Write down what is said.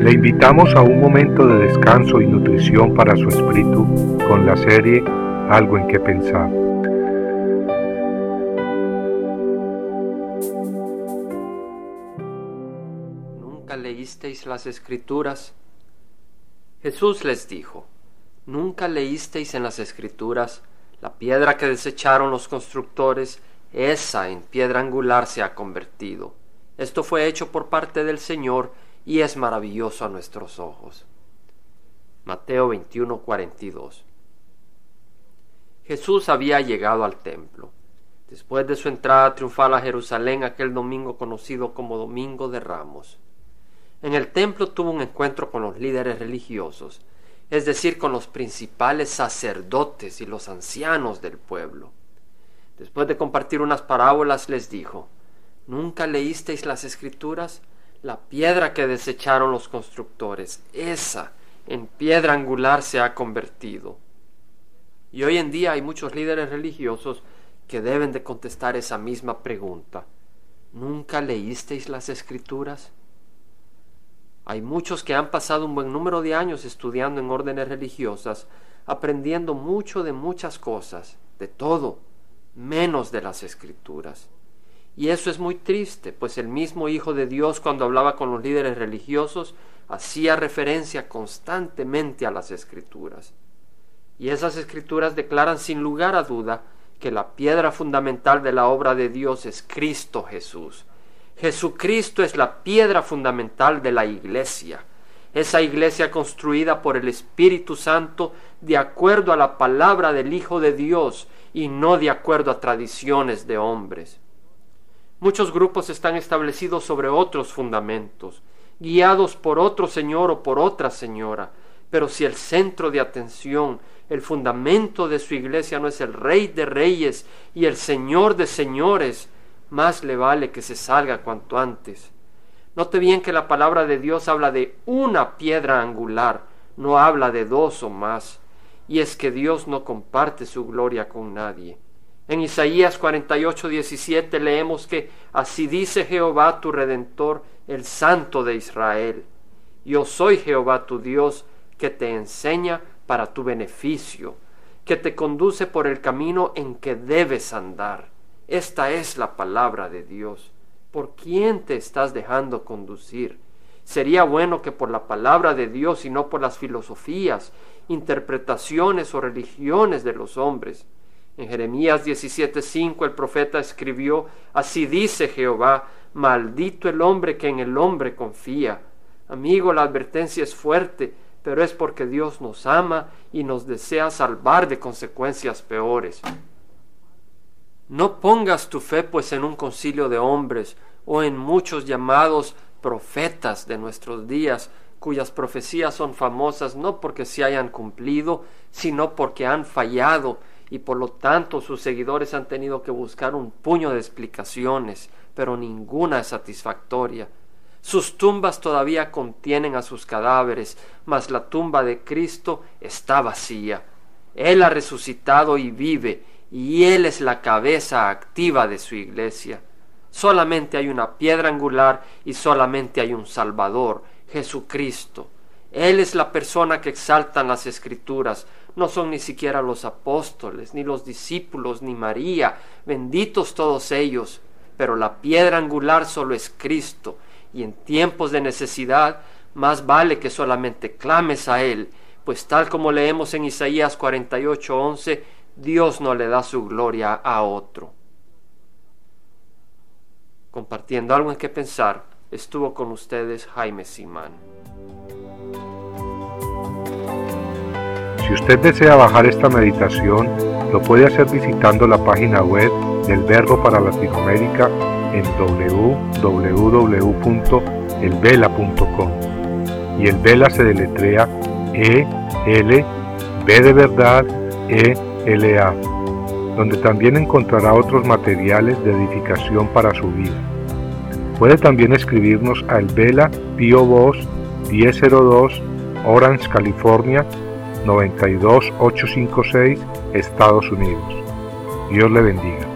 Le invitamos a un momento de descanso y nutrición para su espíritu con la serie Algo en que pensar. ¿Nunca leísteis las Escrituras? Jesús les dijo: ¿Nunca leísteis en las Escrituras la piedra que desecharon los constructores? Esa en piedra angular se ha convertido. Esto fue hecho por parte del Señor y es maravilloso a nuestros ojos. Mateo 21:42. Jesús había llegado al templo. Después de su entrada triunfal a Jerusalén aquel domingo conocido como Domingo de Ramos. En el templo tuvo un encuentro con los líderes religiosos, es decir, con los principales sacerdotes y los ancianos del pueblo. Después de compartir unas parábolas les dijo: ¿Nunca leísteis las Escrituras? La piedra que desecharon los constructores, esa en piedra angular se ha convertido. Y hoy en día hay muchos líderes religiosos que deben de contestar esa misma pregunta: ¿Nunca leísteis las Escrituras? Hay muchos que han pasado un buen número de años estudiando en órdenes religiosas, aprendiendo mucho de muchas cosas, de todo, menos de las Escrituras. Y eso es muy triste, pues el mismo Hijo de Dios, cuando hablaba con los líderes religiosos, hacía referencia constantemente a las Escrituras. Y esas Escrituras declaran sin lugar a duda que la piedra fundamental de la obra de Dios es Cristo Jesús. Jesucristo es la piedra fundamental de la iglesia. Esa iglesia construida por el Espíritu Santo de acuerdo a la palabra del Hijo de Dios y no de acuerdo a tradiciones de hombres. Muchos grupos están establecidos sobre otros fundamentos, guiados por otro señor o por otra señora, pero si el centro de atención, el fundamento de su iglesia no es el Rey de Reyes y el Señor de Señores, más le vale que se salga cuanto antes. Note bien que la palabra de Dios habla de una piedra angular, no habla de dos o más, y es que Dios no comparte su gloria con nadie. En Isaías 48:17 leemos que así dice Jehová tu Redentor, el Santo de Israel: Yo soy Jehová tu Dios, que te enseña para tu beneficio, que te conduce por el camino en que debes andar. Esta es la palabra de Dios. ¿Por quién te estás dejando conducir? Sería bueno que por la palabra de Dios y no por las filosofías, interpretaciones o religiones de los hombres. En Jeremías 17:5 el profeta escribió: Así dice Jehová, maldito el hombre que en el hombre confía. Amigo, la advertencia es fuerte, pero es porque Dios nos ama y nos desea salvar de consecuencias peores. No pongas tu fe pues en un concilio de hombres o en muchos llamados profetas de nuestros días, cuyas profecías son famosas no porque se hayan cumplido, sino porque han fallado, y por lo tanto sus seguidores han tenido que buscar un puño de explicaciones, pero ninguna es satisfactoria. Sus tumbas todavía contienen a sus cadáveres, mas la tumba de Cristo está vacía. Él ha resucitado y vive, y Él es la cabeza activa de su iglesia. Solamente hay una piedra angular y solamente hay un Salvador, Jesucristo. Él es la persona que exaltan las Escrituras. No son ni siquiera los apóstoles, ni los discípulos, ni María, benditos todos ellos, pero la piedra angular solo es Cristo, y en tiempos de necesidad más vale que solamente clames a Él, pues tal como leemos en Isaías 48:11, Dios no le da su gloria a otro. Compartiendo algo en que pensar, estuvo con ustedes Jaime Simán. Si usted desea bajar esta meditación, lo puede hacer visitando la página web del Verbo para Latinoamérica en www.elvela.com. Y el Vela se deletrea E-L-V de verdad E-L-A, donde también encontrará otros materiales de edificación para su vida. Puede también escribirnos a El Vela, P.O. Box 1002, Orange, California 92856, Estados Unidos. Dios le bendiga.